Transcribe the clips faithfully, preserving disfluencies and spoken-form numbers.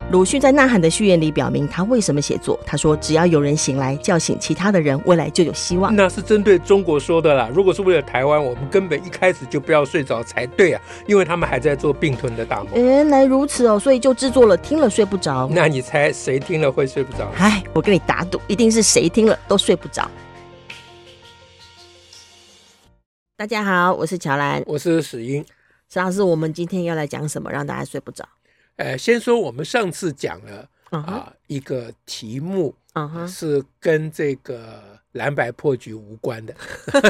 鲁迅在《呐喊》的序言里表明他为什么写作，他说只要有人醒来叫醒其他的人，未来就有希望。 那是针对中国说的啦，如果是为了台湾，我们根本一开始就不要睡着才对啊，因为他们还在做并吞的大梦。 原来如此哦，所以就制作了听了睡不着。 那你猜谁听了会睡不着？ 哎，我跟你打赌，一定是谁听了都睡不着。大家好，我是乔兰， 我是史英。 史老师，我们今天要来讲什么让大家睡不着？ 呃，先说我们上次讲了啊、 uh-huh. 呃、一个题目， 嗯哼， 是跟这个蓝白破局无关的。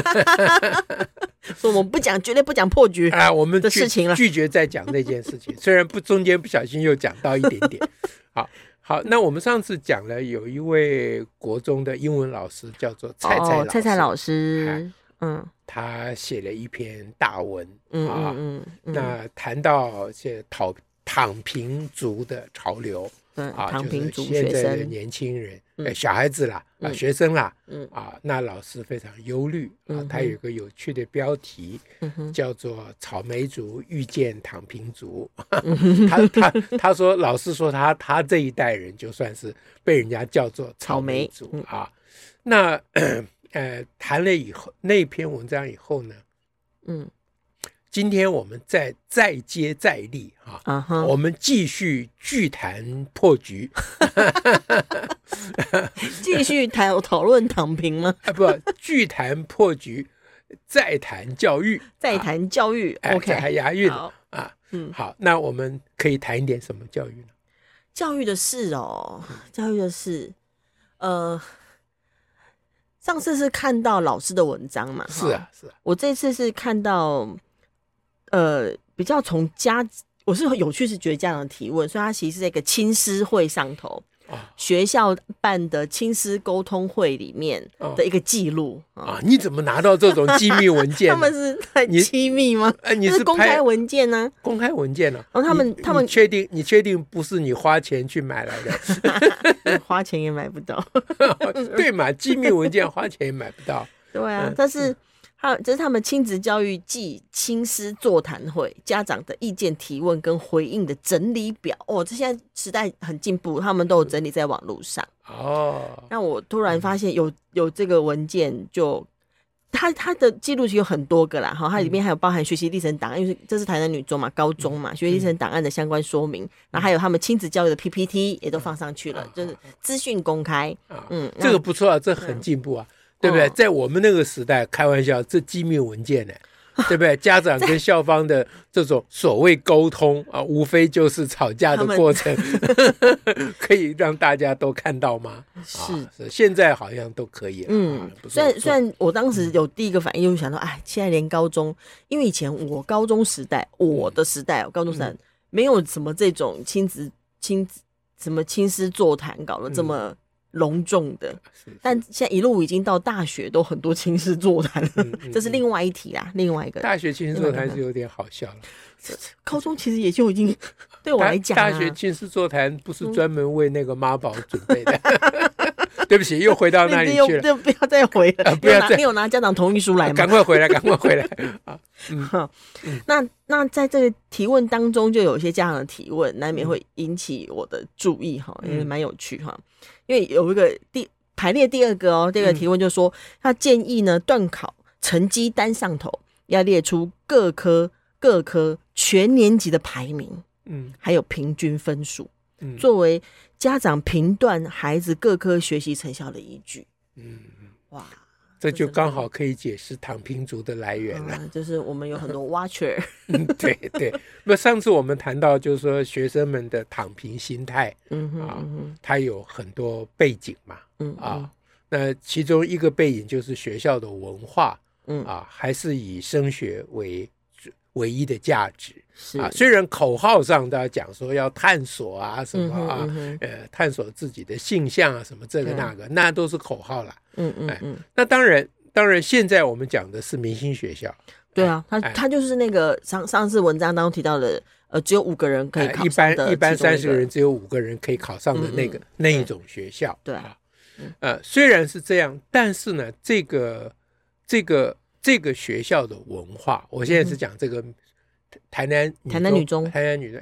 所以我们不讲，绝对不讲破局啊、 呃，我们的事情了， 拒绝再讲那件事情。虽然不中间不小心又讲到一点点。好，好，那我们上次讲了有一位国中的英文老师叫做蔡蔡老师，哦、 蔡蔡老师，嗯， 他写了一篇大文， 嗯啊， 嗯嗯， 那谈到这躺躺平族的潮流， 嗯， 啊， 躺平族就是现在的学生年轻人， 嗯呃，小孩子啦， 嗯啊，学生啦， 嗯啊，那老师非常忧虑啊嗯， 他有一个有趣的标题， 嗯哼， 叫做“草莓族遇见躺平族”。 嗯他他他说，老师说他他这一代人就算是被人家叫做草莓族莓啊。那呃谈了以后那篇文章以后呢， 嗯。 今天我们再再接再厉啊， uh-huh. 我们继续剧谈破局， 继续谈讨论躺平吗？ 啊，不，剧谈破局，再谈教育， 再谈教育。 啊、 OK， 还押韵好啊。 嗯， 好，那我们可以谈一点什么教育呢？ 教育的事哦，教育的事，呃。上次是看到老师的文章嘛？ 是啊，是啊。 我这次是看到，呃，比较从家，我是有趣是觉得家长的提问，所以他其实是在一个亲师会上头，哦、学校办的亲师沟通会里面的一个记录、 哦、啊。你怎么拿到这种机密文件、啊？ 他们是很机密吗？ 呃，你是公开文件呢、啊？ 公开文件呢、啊？ 然后他们他们确定你确定不是你花钱去买来的？ 花钱也买不到。 对嘛，机密文件花钱也买不到。 对啊，嗯、但是他这是他们亲子教育暨亲师座谈会家长的意见提问跟回应的整理表哦，这现在时代很进步，他们都有整理在网络上哦。那我突然发现有有这个文件就。它它的记录其实有很多个啦，哈，它里面还有包含学习历程档案，因为这是台南女中嘛，高中嘛，学习历程档案的相关说明，然后还有他们亲子教育的 P P T 也都放上去了，就是资讯公开， 嗯，这个不错啊，这很进步啊，对不对？在我们那个时代，开玩笑，这机密文件呢，对不对？家长跟校方的这种所谓沟通啊，无非就是吵架的过程，可以让大家都看到吗？ 是， 啊、是现在好像都可以了。 嗯， 啊、 虽然虽然我当时有第一个反应，就是想到，哎，现在连高中，因为以前我高中时代，我的时代，高中时代、嗯、没有什么这种亲子亲子什么亲师座谈搞得这么。隆重的， 是是， 但现在一路已经到大学，都很多亲师座谈了、嗯嗯，这是另外一题啦。另外一个大学亲师座谈是有点好笑了。 高中其实也就已经对我来讲、啊， 大学亲师座谈不是专门为那个妈宝准备的。嗯、对不起，又回到那里去了。 不要再回了，呃、 不要再你有拿家长同意书来吗？ 赶快回来，赶快回来啊！ 嗯嗯、那那在这个提问当中，就有一些家长的提问，难免会引起我的注意哈，因为蛮有趣哈。因为有一个第排列第二个哦，第二个提问就是说，他建议呢，段考成绩单上头要列出各科各科全年级的排名，嗯，还有平均分数，嗯，作为家长评断孩子各科学习成效的依据。嗯，哇。 这就刚好可以解释躺平族的来源了、 嗯、就是我们有很多 watcher 嗯，对对。那上次我们谈到就是说学生们的躺平心态，嗯哼，啊，它有很多背景嘛，嗯啊，那其中一个背景就是学校的文化，嗯啊，还是以升学为唯一的价值啊，虽然口号上大家讲说要探索啊什么啊、嗯嗯，呃，探索自己的性向啊什么这个那个，那都是口号啦。嗯嗯嗯、哎。那当然，当然，现在我们讲的是明星学校。 对啊，他、哎、他就是那个上上次文章当中提到的，呃，只有五个人可以考上的、 哎、一般一般三十个人只有五个人可以考上的那个、嗯嗯、那一种学校。 对啊， 嗯、呃，虽然是这样，但是呢，这个这个这个学校的文化，我现在是讲这个。台南台南女中， 台南女中，哎，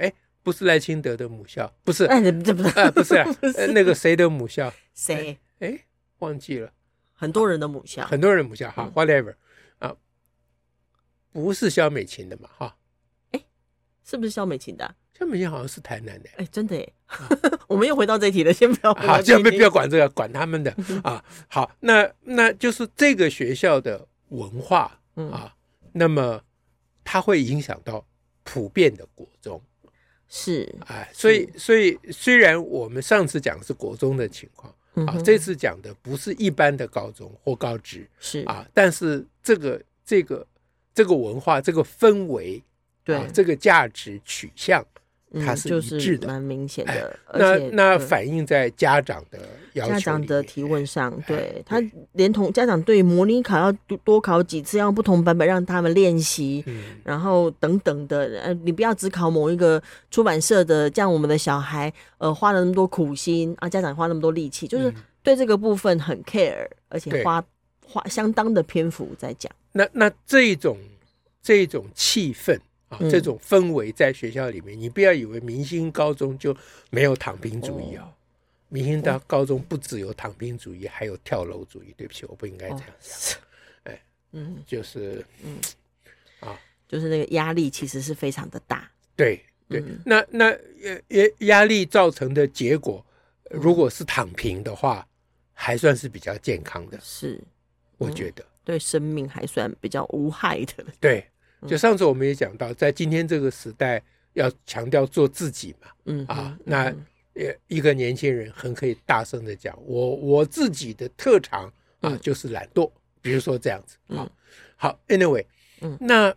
不是赖清德的母校，不是， 哎，这不是， 呃，不是啊，呃那个谁的母校？ 谁？ 哎，忘记了， 很多人的母校， 很多人的母校哈、嗯、，whatever 啊，不是萧美琴的嘛哈？ 哎，是不是萧美琴的、啊？ 萧美琴好像是台南的， 哎，真的耶！啊、我们又回到这一题了，先不要回好，先不要管这个，管他们的啊。好，那那就是这个学校的文化啊，嗯、那么它会影响到普遍的国中。 是， 哎，所以所以虽然我们上次讲的是国中的情况、嗯、啊，这次讲的不是一般的高中或高职， 是啊，但是这个这个这个文化、这个氛围， 对、 啊，这个价值取向，它是一致的， 蛮、嗯就是、明显的。 哎、 而且那那反映在家长的要求、 家长的提问上，对、 哎、 他连同家长对模拟考要多考几次，要用不同版本让他们练习、嗯，然后等等的。呃，你不要只考某一个出版社的，这样我们的小孩呃花了那么多苦心啊，家长花那么多力气，就是对这个部分很 care， 而且花花相当的篇幅在讲。 那那这一种这一种气氛。啊，这种氛围在学校里面、嗯，你不要以为明星高中就没有躺平主义啊、哦！明星的高中不只有躺平主义，还有跳楼主义。对不起，我不应该这样讲。哎、哦，嗯，就是，嗯，啊， 就是那个压力其实是非常的大。 对对，嗯、那那压压力造成的结果，如果是躺平的话，还算是比较健康的。 是， 我觉得、嗯、 对生命还算比较无害的。 对。就上次我们也讲到，在今天这个时代，要强调做自己嘛，嗯啊，那一个年轻人很可以大声的讲，我我自己的特长啊、嗯、就是懒惰，比如说这样子。好，嗯、好 ，anyway， 嗯，那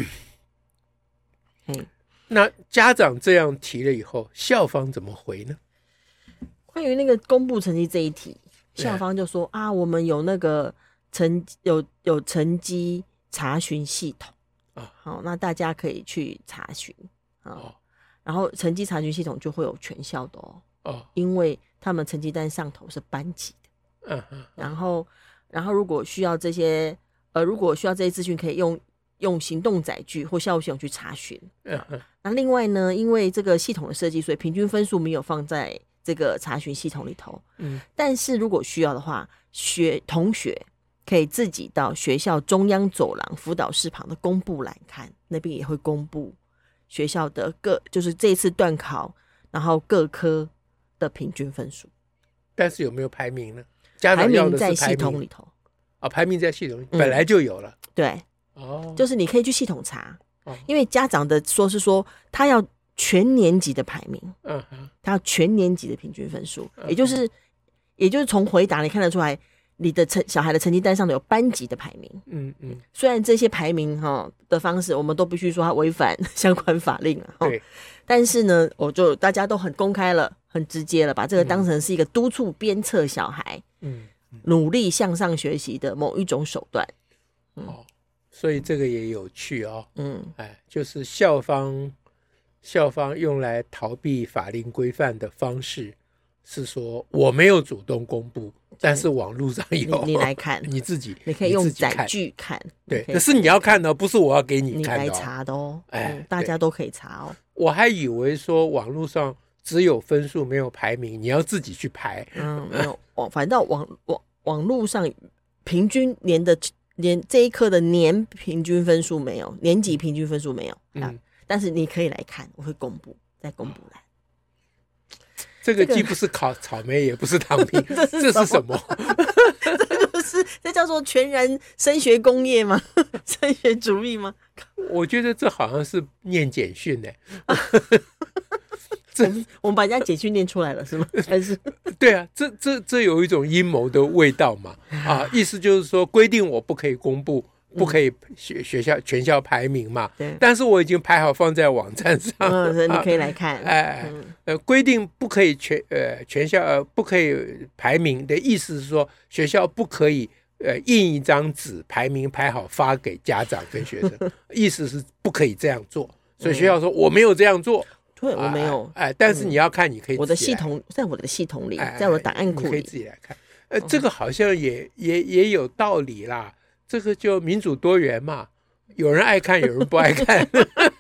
嗯，那家长这样提了以后，校方怎么回呢？ 关于那个公布成绩这一题，校方就说啊，我们有那个成有有成绩查询系统。啊，好，那大家可以去查询啊、哦，然后成绩查询系统就会有全校的哦，哦，因为他们成绩单上头是班级的，嗯嗯，然后，然后如果需要这些，呃，如果需要这些资讯，可以用用行动载具或校务系统去查询，嗯嗯，那另外呢，因为这个系统的设计，所以平均分数没有放在这个查询系统里头，嗯，但是如果需要的话，学同学。可以自己到学校中央走廊辅导室旁的公布栏看，那边也会公布学校的各就是这一次段考，然后各科的平均分数。 但是有没有排名呢？家长要的是排名， 排名在系统里头啊、哦，排名在系统里、嗯、本来就有了。 对，哦，就是你可以去系统查，哦、因为家长的说是说他要全年级的排名，嗯哼，他要全年级的平均分数，嗯、也就是也就是从回答你看得出来。你的成小孩的成绩单上有班级的排名，嗯嗯，虽然这些排名哈的方式，我们都必须说它违反相关法令了，对，但是呢，我就大家都很公开了，很直接了，把这个当成是一个督促鞭策小孩，嗯，努力向上学习的某一种手段， 嗯、哦，所以这个也有趣哦，嗯，哎，就是校方校方用来逃避法令规范的方式。是说我没有主动公布，但是网络上有， 你, 你来看， 你自己， 你可以用载具看， 对，可是你要看的，不是我要给你看的、哦， 你来查的哦，哎、嗯，大家都可以查哦。 我还以为说网络上只有分数没有排名，你要自己去排， 嗯，没有，网反正网网网络上平均年的年这一科的年平均分数没有，年级平均分数没有，嗯，啊、但是你可以来看，我会公布，再公布来。 这个既不是烤草莓，也不是躺平，这是什么？ 这就是这叫做全然升学工业吗？升学主义吗？ 我觉得这好像是念简讯呢、欸。 这我们把人家简讯念出来了是吗？还是对啊，这这这有一种阴谋的味道嘛？啊，意思就是说规定我不可以公布。不可以学学校全校排名嘛？对，但是我已经排好放在网站上， 嗯，所以你可以来看。 哎、嗯，呃，规定不可以全呃全校呃不可以排名的意思是说，学校不可以呃印一张纸排名排好发给家长跟学生，意思是不可以这样做。所以学校说、嗯、我没有这样做， 对，我没有。 哎、呃，但是你要看，你可以自己来、嗯、 我的系统在我的系统里，在我的档案库里， 你可以自己来看。呃，这个好像也也也有道理啦。这个就民主多元嘛，有人爱看，有人不爱看。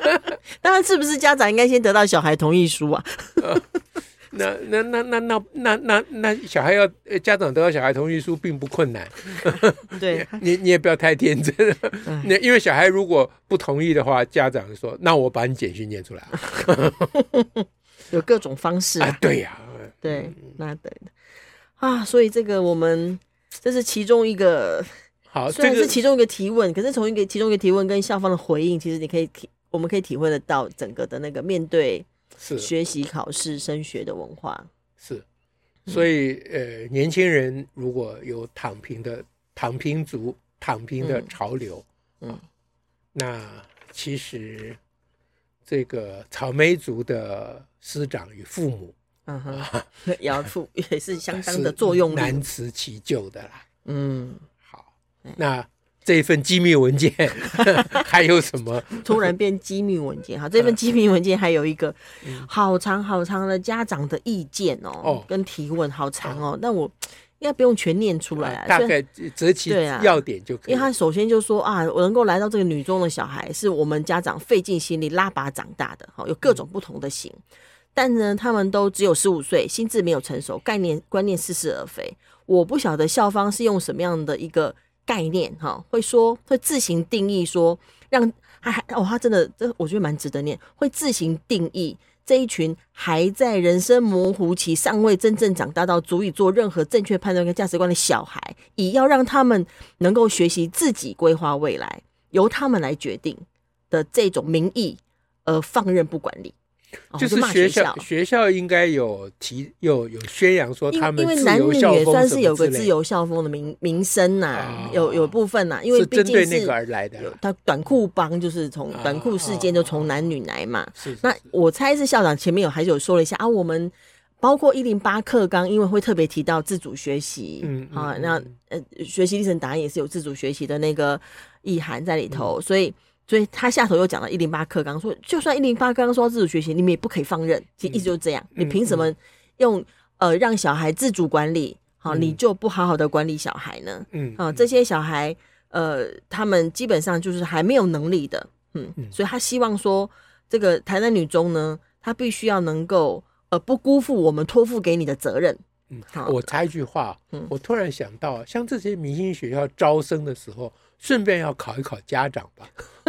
当然是不是家长应该先得到小孩同意书啊？ 呃那那那那那那那那小孩要家长得到小孩同意书并不困难， 对， 你你也不要太天真，那因为小孩如果不同意的话，家长说那我把你简讯念出来， 有各种方式啊， 啊对呀、啊， 对，那对啊，所以这个我们这是其中一个， 好， 虽然这个是其中一个提问，可是从一个其中一个提问跟校方的回应，其实你可以体我们可以体会得到整个的那个面对。 是学习、考试、升学的文化是，所以呃，年轻人如果有躺平的躺平族、躺平的潮流，嗯，嗯那其实这个草莓族的师长与父母， 嗯哼，啊、也要负也是相当的作用力， 难辞其咎的啦。 嗯， 好，那。这一份机密文件还有什么？ 突然变机密文件，好，这份机密文件还有一个好长好长的家长的意见哦，哦跟提问好长哦，但我应该不用全念出来、啊， 大概择其要点就可以、 啊。因为他首先就说啊，我能够来到这个女中的小孩，是我们家长费尽心力拉拔长大的，有各种不同的型，嗯、但呢，他们都只有十五岁，心智没有成熟，概念观念似是而非。我不晓得校方是用什么样的一个。概念哈，会说会自行定义说让还还哦，他真的这我觉得蛮值得念，会自行定义这一群还在人生模糊期、尚未真正长大到足以做任何正确判断跟价值观的小孩，以要让他们能够学习自己规划未来，由他们来决定的这种名义，而放任不管理。 就是学校，学校应该有提有有宣扬说他们自由校风， 因为男女也算是有个自由校风的名名声呐、啊哦，有有部分呐、啊，因为毕竟是针对那个而来的。 他短裤帮就是从短裤事件就从男女来嘛。 是、哦哦， 那我猜是校长前面有还是有说了一下啊，我们包括一零八课纲，因为会特别提到自主学习，嗯啊，那呃学习历程档案也是有自主学习的那个意涵在里头，嗯、所以。所以他下头又讲了一零八课纲，说就算一零八课纲说自主学习，你们也不可以放任。其实意思就是这样，嗯、你凭什么用呃让小孩自主管理？好、嗯，你就不好好的管理小孩呢？嗯，啊，这些小孩呃，他们基本上就是还没有能力的，嗯，嗯所以他希望说，这个台南女中呢，他必须要能够呃不辜负我们托付给你的责任。 嗯，我插一句话，嗯，我突然想到，像这些明星学校招生的时候。顺便要考一考家长吧，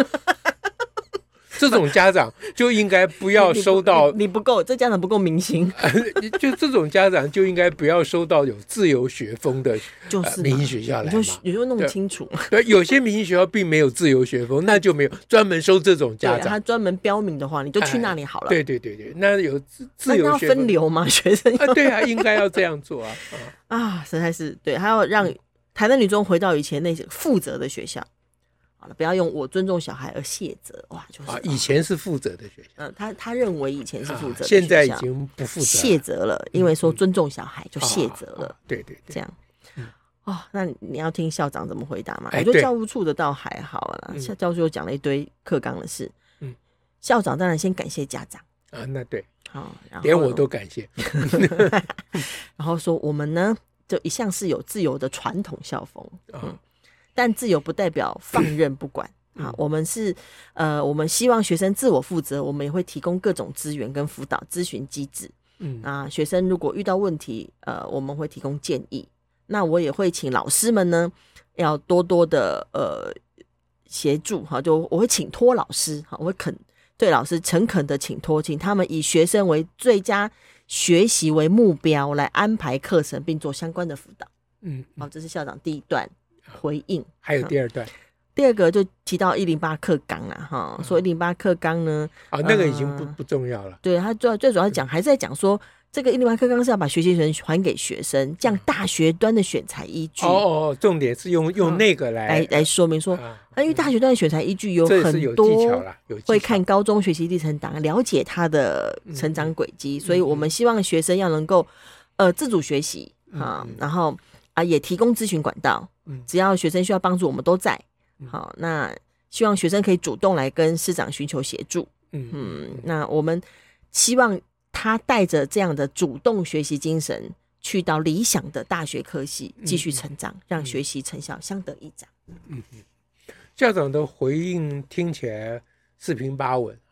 这种家长就应该不要收到你, 你, 你不够，这家长不够明星， 就这种家长就应该不要收到有自由学风的就是、 呃、明星学校来嘛， 你就弄清楚。 对，有些明星学校并没有自由学风，那就没有专门收这种家长。 他专门标明的话，你就去那里好了。 哎、对对对对，那有自自由学风要分流吗？学生啊，对啊，应该要这样做啊啊, 啊实在是对，还要让。台南女中回到以前那些负责的学校，好了，不要用我尊重小孩而卸责，哇，就是、 啊、以前是负责的学校， 嗯、呃，他他认为以前是负责的学校、 啊，现在已经不负责卸责了，因为说尊重小孩就卸责了， 啊啊、对对对， 这样，嗯，哦，那你要听校长怎么回答吗？ 哎、 我觉得教务处的倒还好啦，校、嗯、教务处又讲了一堆课纲的事，嗯，校长当然先感谢家长啊，那对， 好，然后连我都感谢， 然后说我们呢。就一向是有自由的传统校风、嗯，但自由不代表放任不管、嗯、啊。我们是呃，我们希望学生自我负责，我们也会提供各种资源跟辅导咨询机制。嗯啊，学生如果遇到问题，呃，我们会提供建议。那我也会请老师们呢，要多多的呃协助哈，就我会请托老师哈，我会肯对老师诚恳的请托，请他们以学生为最佳。学习为目标来安排课程，并做相关的辅导。嗯，好、哦，这是校长第一段回应。 还有第二段， 嗯、第二个就提到一零八课纲啦，哈、嗯，说一零八课纲呢， 啊、哦，那个已经不、呃、不重要了。 对，他最最主要讲还是在讲说，这个一零八课纲是要把学习权还给学生，这样大学端的选材依据。 哦哦，重点是用用那个来、 嗯、来来说明说。啊那因为大学段的选材依据有很多，会看高中学习历程档案，了解他的成长轨迹、嗯，所以我们希望学生要能够呃自主学习啊、嗯，然后啊也提供咨询管道、嗯，只要学生需要帮助，我们都在。好、嗯，那希望学生可以主动来跟师长寻求协助。嗯嗯，那我们希望他带着这样的主动学习精神，去到理想的大学科系继续成长，嗯、让学习成效相得益彰。 嗯嗯。校长的回应听起来四平八稳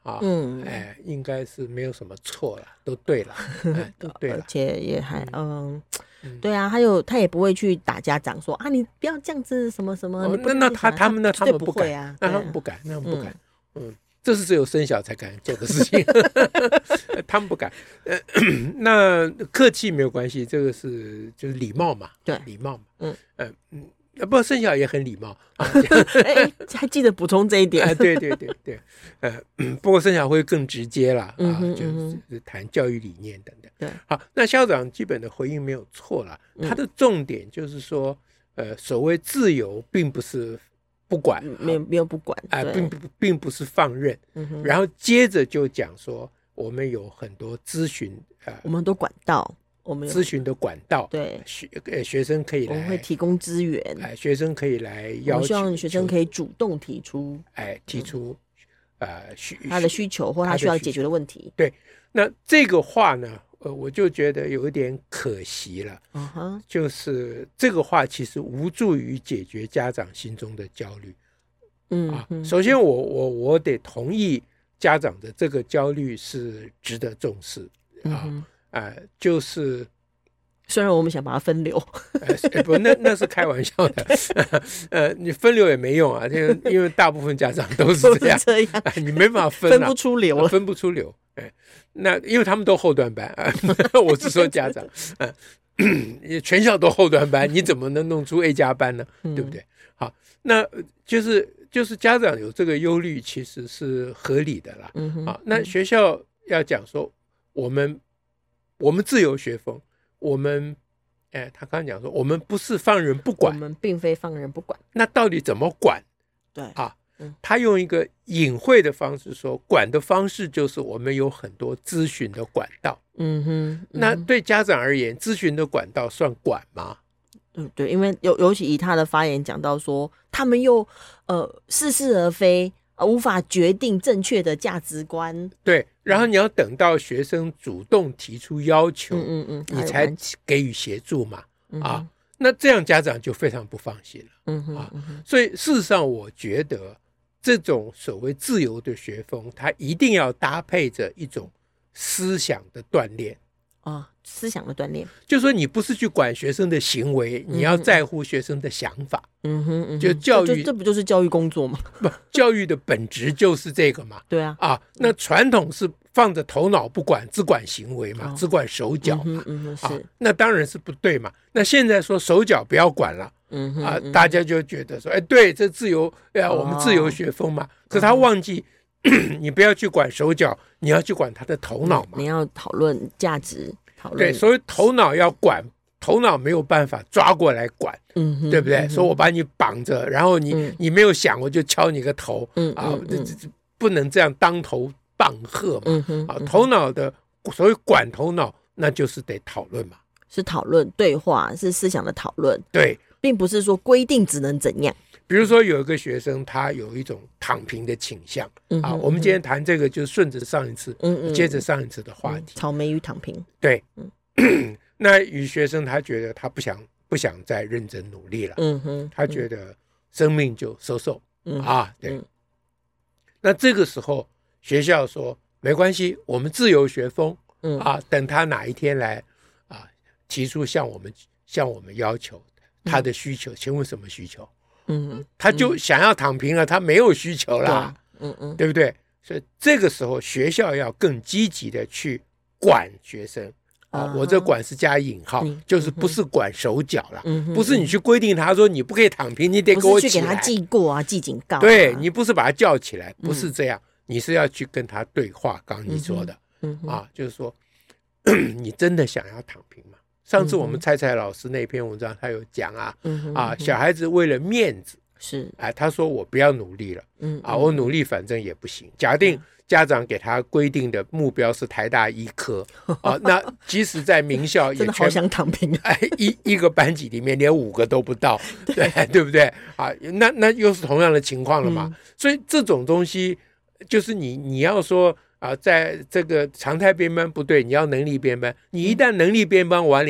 啊，嗯，哎，应该是没有什么错了，都对了，哎、都对了， 而且也还嗯。嗯对啊，还有他也不会去打家长说啊，你不要这样子什么什么。 哦、那那他他们那他们不敢啊， 那他们不敢，那他们不敢，嗯。嗯这是只有生小才敢做的事情，他们不敢。呃，那客气没有关系，这个是就是礼貌嘛， 对， 礼貌嘛。 嗯嗯嗯，不过生小也很礼貌啊。 哎，还记得补充这一点？ 啊，对对对对，呃，不过生小会更直接啦，啊，就是谈教育理念等等。 对， 好，那校长基本的回应没有错啦，他的重点就是说，呃，所谓自由并不是。不管没有没有不管啊、呃，并不并不是放任、嗯，然后接着就讲说，我们有很多咨询啊、呃， 我们很多管道，我们咨询的管道， 对学呃学生可以来， 我们会提供资源， 哎、呃，学生可以来要求， 希望学生可以主动提出， 哎，提出啊、呃、需他的需求或他需要解决的问题。 对，那这个话呢？呃，我就觉得有一点可惜了， uh-huh. 就是这个话其实无助于解决家长心中的焦虑。 嗯啊，首先我我我得同意家长的这个焦虑是值得重视啊、嗯呃、就是虽然我们想把它分流， 呃、不，那那是开玩笑的，呃，你分流也没用啊，因为因为大部分家长都是这样， 这样你没办法分、啊， 分不出流了， 分不出流。哎，那因为他们都后段班啊，我是说家长，啊、全校都后段班，你怎么能弄出 A 加班呢？ 嗯、 对不对？好，那就是就是家长有这个忧虑，其实是合理的啦。 嗯、 啊，那学校要讲说，我们我们自由学风，我们哎，他刚刚讲说，我们不是放任不管， 我们并非放任不管。 那到底怎么管？ 对啊。他用一个隐晦的方式说，管的方式就是我们有很多咨询的管道。 嗯哼，嗯哼那对家长而言，咨询的管道算管吗？ 嗯，对，因为尤尤其以他的发言讲到说，他们又呃似是而非，呃，无法决定正确的价值观。 对，然后你要等到学生主动提出要求， 嗯嗯嗯， 你才给予协助嘛。 嗯、 啊，那这样家长就非常不放心了。 嗯哼， 啊， 嗯哼， 所以事实上，我觉得。这种所谓自由的学风，它一定要搭配着一种思想的锻炼啊、哦，思想的锻炼， 就是说你不是去管学生的行为，你要在乎学生的想法。 嗯哼，嗯哼就教育这, 这不就是教育工作吗？ 不，教育的本质就是这个嘛。 对啊， 啊，那传统是放着头脑不管，只管行为嘛，哦、只管手脚嘛。 嗯嗯是、 啊，那当然是不对嘛。那现在说手脚不要管了。 嗯哼， 啊，大家就觉得说，哎，对，这自由，哎呀，我们自由学风嘛。哦、可他忘记，嗯、你不要去管手脚，你要去管他的头脑嘛。 你要讨论价值，讨论对，所以头脑要管，头脑没有办法抓过来管， 嗯哼， 对不对？ 嗯、 说我把你绑着，然后你、嗯、你没有想，我就敲你个头， 嗯啊， 嗯、 这这这不能这样当头棒喝嘛。 嗯哼， 啊，头脑的所谓管头脑，那就是得讨论嘛。 是讨论对话，是思想的讨论。 对。 并不是说规定只能怎样。 比如说有一个学生，他有一种躺平的倾向、 嗯、 啊。我们今天谈这个，就是顺着上一次， 嗯嗯， 接着上一次的话题， 嗯、草莓与躺平。 对，嗯、那于学生他觉得他不想不想再认真努力了， 嗯哼， 他觉得生命就收手、 嗯、 啊，对、 嗯。 那这个时候学校说没关系，我们自由学风， 嗯啊，等他哪一天来啊提出向我们向我们要求。他的需求，请问什么需求？ 嗯， 他就想要躺平了，他没有需求啦， 嗯嗯， 对不对？所以这个时候学校要更积极的去管学生啊， uh-huh, 我这管是加引号， 嗯、 就是不是管手脚了、 嗯， 不是你去规定他说你不可以躺平，你得给我起来， 不是去给他记过啊，记警告、啊， 对你不是把他叫起来，不是这样，嗯、你是要去跟他对话。刚你说的， 嗯啊，就是说你真的想要躺平吗？上次我们蔡蔡老师那篇文章，他有讲啊， 嗯、 啊，小孩子为了面子是， 哎，他说我不要努力了， 嗯啊，我努力反正也不行。假定家长给他规定的目标是台大医科啊，那即使在名校也真的好想躺平， 哎，一一个班级里面连五个都不到，对对不对啊？那那又是同样的情况了嘛？ 嗯、 所以这种东西就是你你要说。啊，在这个常态编班不对，你要能力编班。你一旦能力编班完了以后，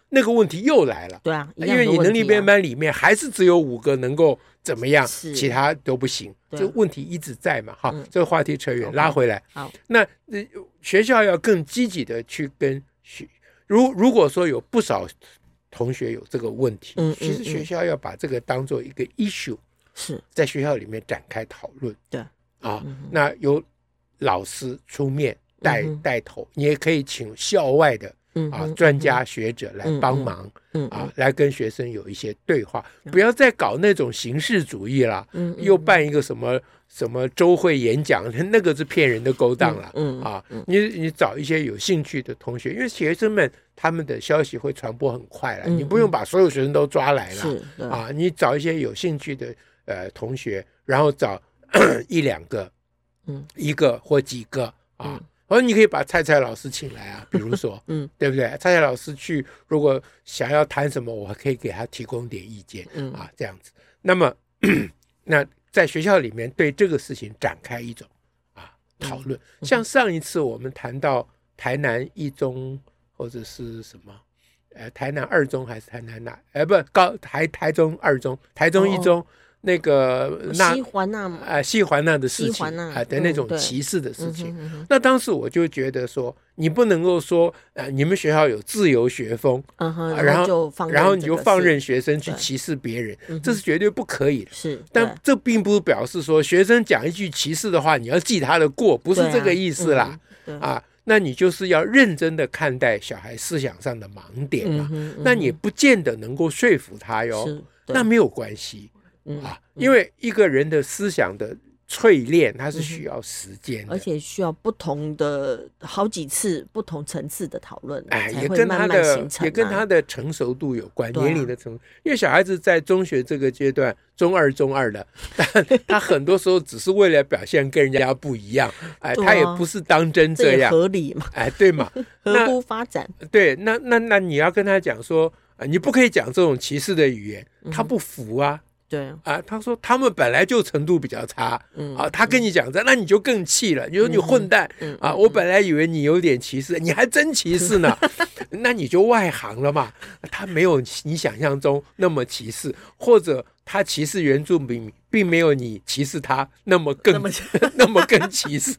那个问题又来了。 对啊， 因为你能力编班里面还是只有五个能够怎么样，其他都不行，这问题一直在嘛。好，嗯、这个话题扯远，拉回来。 好， 那、呃、学校要更积极的去跟学，如如果说有不少同学有这个问题，嗯嗯嗯其实学校要把这个当做一个 issue， 是在学校里面展开讨论。对啊、嗯，那由老师出面带、嗯、带头，你也可以请校外的。啊，专家学者来帮忙、嗯嗯、啊，来跟学生有一些对话，嗯、不要再搞那种形式主义啦，嗯嗯、又办一个什么什么周会演讲，那个是骗人的勾当了、嗯嗯、啊！你你找一些有兴趣的同学，因为学生们他们的消息会传播很快了，嗯、你不用把所有学生都抓来了啊，你找一些有兴趣的呃同学，然后找一两个，嗯，一个或几个啊。嗯而你可以把蔡蔡老师请来啊，比如说，嗯，对不对？蔡蔡老师去，如果想要谈什么，我还可以给他提供点意见，嗯啊，这样子。那么，那在学校里面对这个事情展开一种啊讨论。嗯、像上一次我们谈到台南一中或者是什么，呃，台南二中还是台南哪？呃，不，高台台中二中，台中一中。哦那个那西环那啊西环那的事情啊的那种歧视的事情、嗯、那当时我就觉得说你不能够说呃你们学校有自由学风、嗯啊、然后然后你就放任学生去歧视别人，这是绝对不可以的。是，但这并不表示说学生讲一句歧视的话你要记他的过，不是这个意思啦。 啊, 啊那你就是要认真的看待小孩思想上的盲点嘛、嗯嗯、那你不见得能够说服他哟，那没有关系啊，因为一个人的思想的淬炼它是需要时间的、嗯、 而且需要不同的好几次不同层次的讨论， 哎，也跟他的也跟他的成熟度有关、啊、年龄的成熟，因为小孩子在中学这个阶段中二中二的，但他很多时候只是为了表現跟人家不一样，哎，他也不是当真这样， 这也合理嘛， 哎，对嘛， 合乎发展。对， 那那那你要跟他讲说、呃、你不可以讲这种歧视的语言，他不服啊。对啊，他说他们本来就程度比较差，嗯啊，他跟你讲这，那你就更气了。你说你混蛋、嗯、啊！我本来以为你有点歧视，你还真歧视呢，那你就外行了嘛。他没有你想象中那么歧视，或者他歧视原住民，并没有你歧视他那么更那么, 那么更歧视。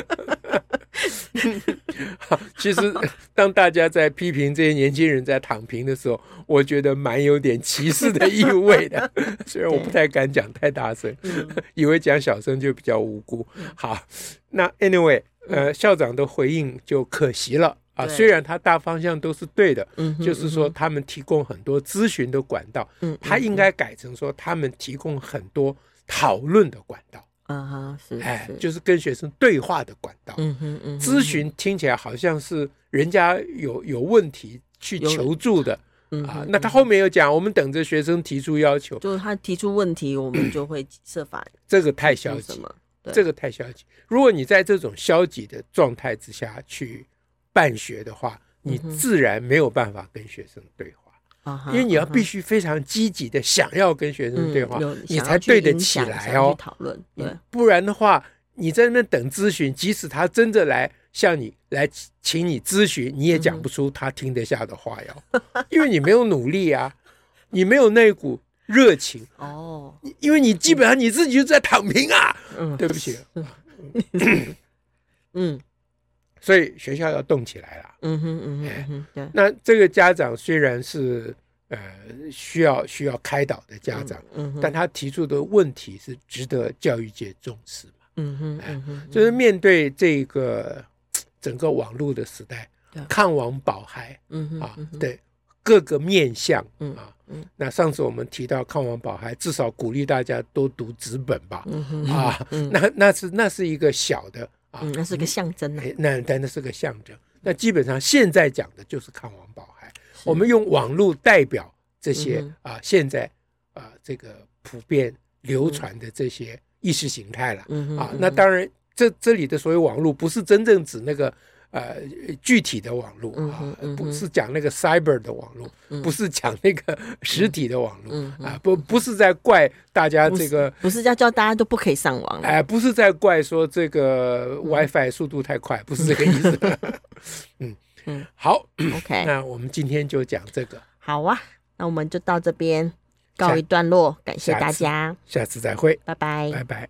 其实当大家在批评这些年轻人在躺平的时候，我觉得蛮有点歧视的意味的，虽然我不太敢讲太大声，以为讲小声就比较无辜。好，那 anyway 呃，校长的回应就可惜了啊，虽然他大方向都是对的，嗯、就是说他们提供很多咨询的管道，嗯、他应该改成说他们提供很多讨论的管道。啊哈，是，哎，就是跟学生对话的管道。嗯哼嗯哼，咨询听起来好像是人家有有问题去求助的、嗯、啊。那他后面有讲，我们等着学生提出要求， 就是他提出问题，我们就会设法。 这个太消极，这个太消极。如果你在这种消极的状态之下去办学的话，你自然没有办法跟学生对话。因为你要必须非常积极的想要跟学生对话、嗯、你才对得起来哦， 讨论，对， 不然的话你在那边等咨询，即使他真的来向你来请你咨询，你也讲不出他听得下的话哟、嗯、因为你没有努力啊，你没有那股热情哦，因为你基本上你自己就在躺平啊、嗯、对不起嗯，所以学校要动起来了。嗯哼嗯哼嗯哼，对。那这个家长虽然是呃需要需要开导的家长，嗯嗯，但他提出的问题是值得教育界重视嘛。嗯哼嗯哼，就是面对这个整个网络的时代，抗网保孩，嗯哼啊，对各个面向啊。嗯，那上次我们提到抗网保孩，至少鼓励大家多读纸本吧。嗯哼啊，嗯、那那是那是一个小的。 嗯，那是个象征啊， 那但那是个象征。那基本上现在讲的就是抗网保孩，我们用网络代表这些、嗯、啊，现在啊这个普遍流传的这些意识形态了、嗯、啊。那当然，这这里的所谓网络不是真正指那个呃具体的网络、嗯、啊，不是讲那个 cyber 的网络、嗯，不是讲那个实体的网络、嗯、啊，不不是在怪大家这个， 不是在叫大家都不可以上网， 哎、呃，不是在怪说这个 WiFi 速度太快，不是这个意思。嗯， 嗯，好 ，OK， 那我们今天就讲这个。 好啊，那我们就到这边告一段落，感谢大家， 下次再会， 拜拜， 拜拜。